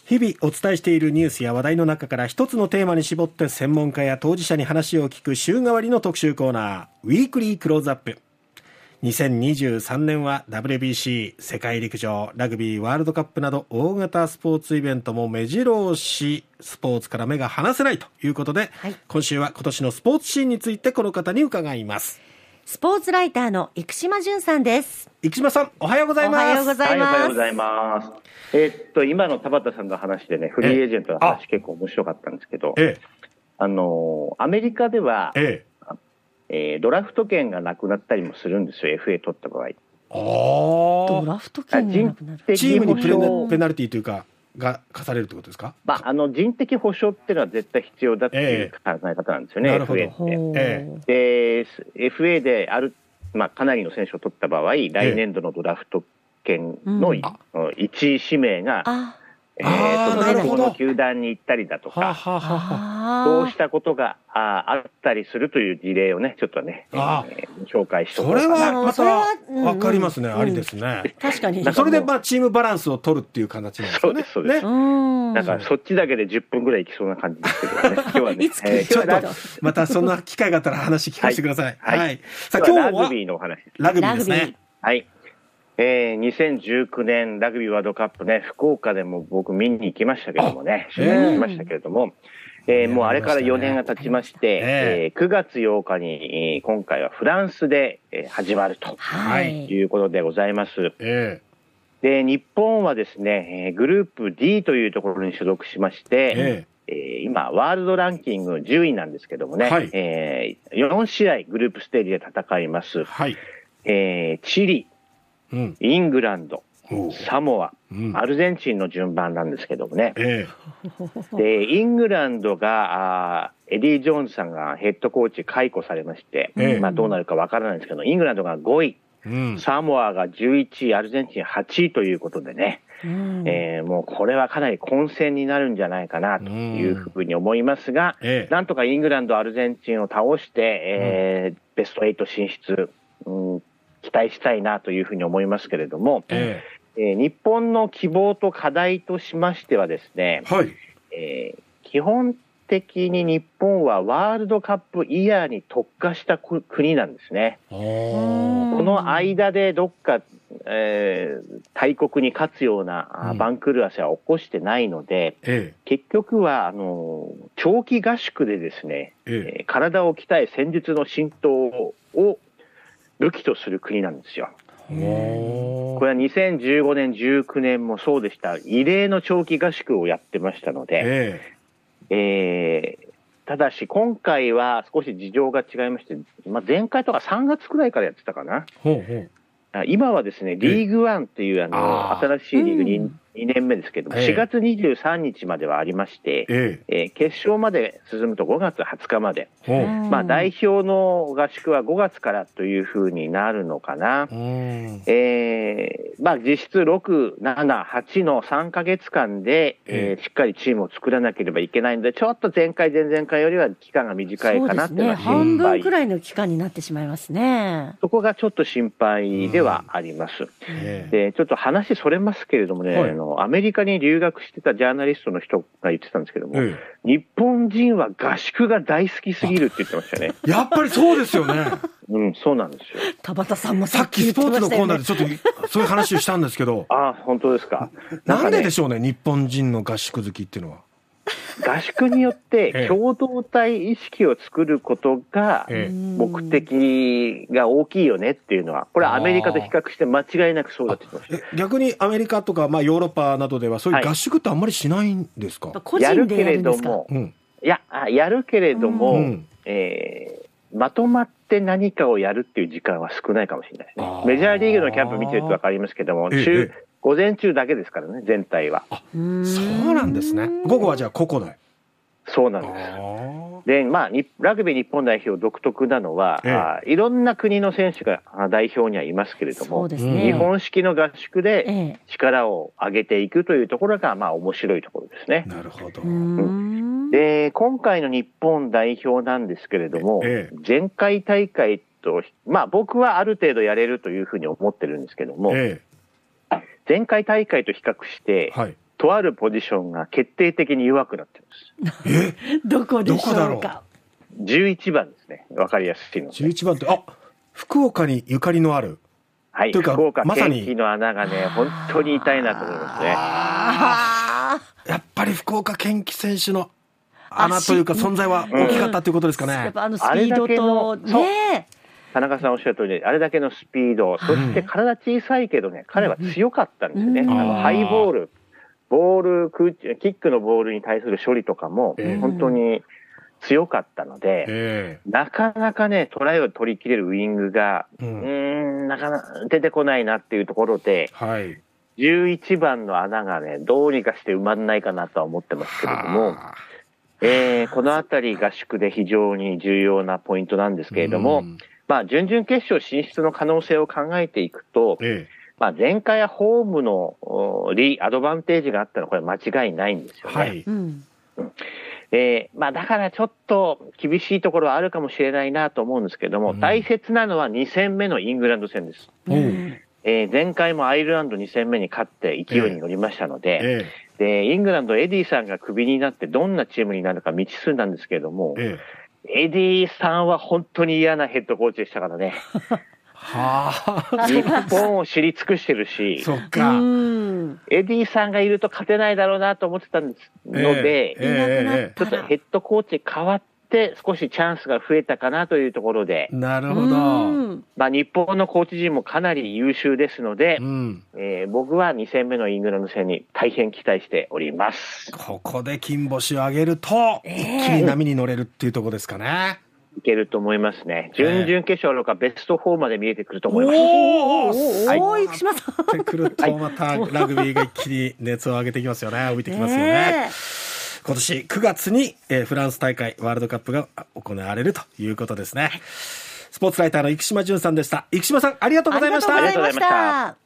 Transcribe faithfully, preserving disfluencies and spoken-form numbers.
日々お伝えしているニュースや話題の中から一つのテーマに絞って専門家や当事者に話を聞く週替わりの特集コーナー、ウィークリークローズアップ。にせんにじゅうさんねんは ダブリュービーシー、世界陸上、ラグビーワールドカップなど大型スポーツイベントも目白押し、スポーツから目が離せないということで、はい、今週は今年のスポーツシーンについてこの方に伺います。 スポーツライターの生島淳さんです。 生島さん、おはようございます。 おはようございます。 はい、おはようございます。えー、っと今の田畑さんの話でね、フリーエージェントの話結構面白かったんですけど、ええ、あのアメリカでは、えええー、ドラフト権がなくなったりもするんですよ、エフエー 取った場合。 あ、ドラフト権がなくなる。 チームにプレネ、ペナルティというかが課されるってことですか？ まあ、あの人的保障っていうのは絶対必要だっていう考え方なんですよね、ええ、エフエー って。ええ、で エフエー である、まあ、かなりの選手を取った場合、来年度のドラフト権のいちい指名が、えー、とそこの球団に行ったりだとか、そうしたことが あ, あったりするという事例をね、ちょっとね、えー、紹介しておこうかな。 それはまた分かりますね、うんうん、ありですね。 確かに。 それでまあチームバランスを取るっていう形なんですよね。 そうです、そうです。ね、だからそっちだけでじゅっぷんぐらいいきそうな感じですけどね。今日はね、 えー、ちょっとまたそんな機会があったら話聞かせてください。はい。はい、 さあ今日はラグビーのお話です。 ラグビーですね。 はい。えー、にせんじゅうきゅうねんラグビーワールドカップね、福岡でも僕見に行きましたけどもね、取材しましたけれども、えーえー、もうあれからよねんが経ちまして、えーえー、くがつようかに、えー、今回はフランスで、えー、始まると、はい、いうことでございます。えー、で日本はですね、グループ ディー というところに所属しまして、えーえー、今ワールドランキングじゅういなんですけどもね、はい、えー、よんしあいグループステージで戦います。はい、えー、チリ、うん、イングランド、サモア、うん、アルゼンチンの順番なんですけどもね、ええ、でイングランドがあエディ・ジョーンズさんがヘッドコーチ解雇されまして、ええ、まあ、どうなるかわからないんですけど、イングランドがごい、うん、サモアがじゅういちい、アルゼンチンはちいということでね、うん、えー、もうこれはかなり混戦になるんじゃないかなというふうに思いますが、うん、ええ、なんとかイングランド、アルゼンチンを倒して、えーうん、ベストはち進出、うん、期待したいなというふうに思いますけれども、えええー、日本の希望と課題としましてはですね、はい、えー、基本的に日本はワールドカップイヤーに特化した国なんですね。この間でどっか、えー、大国に勝つような番狂わせは起こしてないので、うん、結局はあの長期合宿でですね、ええ、体を鍛え戦術の浸透を武器とする国なんですよ。これはにせんじゅうごねんじゅうきゅうねんもそうでした。異例の長期合宿をやってましたので、えーえー、ただし今回は少し事情が違いまして、まあ、前回とかさんがつくらいからやってたかな。ほうほう、今はですね、リーグワンっていうあの新しいリーグに、うん、にねんめですけども、しがつにじゅうさんにちまではありまして、えええー、決勝まで進むとごがつはつかまで、まあ、代表の合宿はごがつからというふうになるのかな。えーまあ、実質ろく、なな、はちのさんかげつかんで、えー、しっかりチームを作らなければいけないので、ちょっと前回前々回よりは期間が短いかなっていうのは心配。 そうですね、半分くらいの期間になってしまいますね。 そこがちょっと心配ではあります。でちょっと話それますけれどもね、はい、あのアメリカに留学してたジャーナリストの人が言ってたんですけども、ええ、日本人は合宿が大好きすぎるって言ってましたね。 やっぱりそうですよね。 うん、そうなんですよ。 田畑さんもさっきスポーツのコーナーでちょっとそういう話をしたんですけどあ、本当ですか。 なんかね、なんででしょうね、日本人の合宿好きっていうのは。 合宿によって共同体意識を作ることが目的が大きいよねっていうのは、これはアメリカと比較して間違いなくそうだって言ってました。 え、逆にアメリカとか、まあ、ヨーロッパなどではそういう合宿ってあんまりしないんですか？ はい、 やるけれども、 うん、 いややるけれども、うん、えー、まとまって何かをやるっていう時間は少ないかもしれないですね。メジャーリーグのキャンプ見てると分かりますけども、中午前中だけですからね、全体は。 あ、そうなんですね。午後はじゃあ個々で。 そうなんです。で、まあ、ラグビー日本代表独特なのは、ええ、あいろんな国の選手が代表にはいますけれども、そうですね、日本式の合宿で力を上げていくというところが、まあ、面白いところですね。 なるほど。 うん、で、今回の日本代表なんですけれども、ええ、前回大会と、まあ、僕はある程度やれるというふうに思ってるんですけども、ええ、前回大会と比較して、はい、 とあるポジションが決定的に弱くなってます。 えどこでしょうどこだろか。 じゅういちばんですね。わかりやすいので。 じゅういちばんって、あ、福岡にゆかりのある。 はい、 というか福岡まさに県旗の穴がね、本当に痛いなと思いますね。 あやっぱり福岡堅樹選手の穴というか存在は大きかったということですかね。 やっぱあのスピードとね。 田中さんおっしゃる通り、あれだけのスピード、そして体小さいけどね、彼は強かったんですよね。 うんあのハイボール、ボール、空中キックのボールに対する処理とかも本当に強かったので、 えー、 なかなかね、トライを取り切れるウイングが、うーん、なかなか出てこないなっていうところで、 はい、 じゅういちばんの穴がね、どうにかして埋まんないかなとは思ってますけれども、えー、このあたり合宿で非常に重要なポイントなんですけれども、まあ、準々決勝進出の可能性を考えていくと、ええ、まあ、前回はホームのリアドバンテージがあったのはこれ間違いないんですよね。はい、うんえーまあ、だからちょっと厳しいところはあるかもしれないなと思うんですけども、うん、大切なのはに戦目のイングランド戦です。うんえー、前回もアイルランドに戦目に勝って勢いに乗りましたので、ええ、でイングランドエディさんがクビになってどんなチームになるか未知数なんですけれども、ええ、エディさんは本当に嫌なヘッドコーチでしたからね。はあ、日本を知り尽くしてるし、そっか。エディさんがいると勝てないだろうなと思ってたんですので、えーえー、ちょっとヘッドコーチ変わって少しチャンスが増えたかなというところで、 なるほど。 まあ日本のコーチ陣もかなり優秀ですので、うんえー、僕はに戦目のイングランド戦に大変期待しております。 ここで金星を挙げると、一気に波に乗れるっていうところですかね。 いけると思いますね。準々決勝とかベストフォーまで見えてくると思います。 おー、はい、おー、生島さん。 ってくるとまたラグビーが一気に熱を上げてきますよね。浮いてきますよね。今年くがつに、えー、フランス大会ワールドカップが行われるということですね。スポーツライターの生島淳さんでした。生島さんありがとうございました。 ありがとうございました。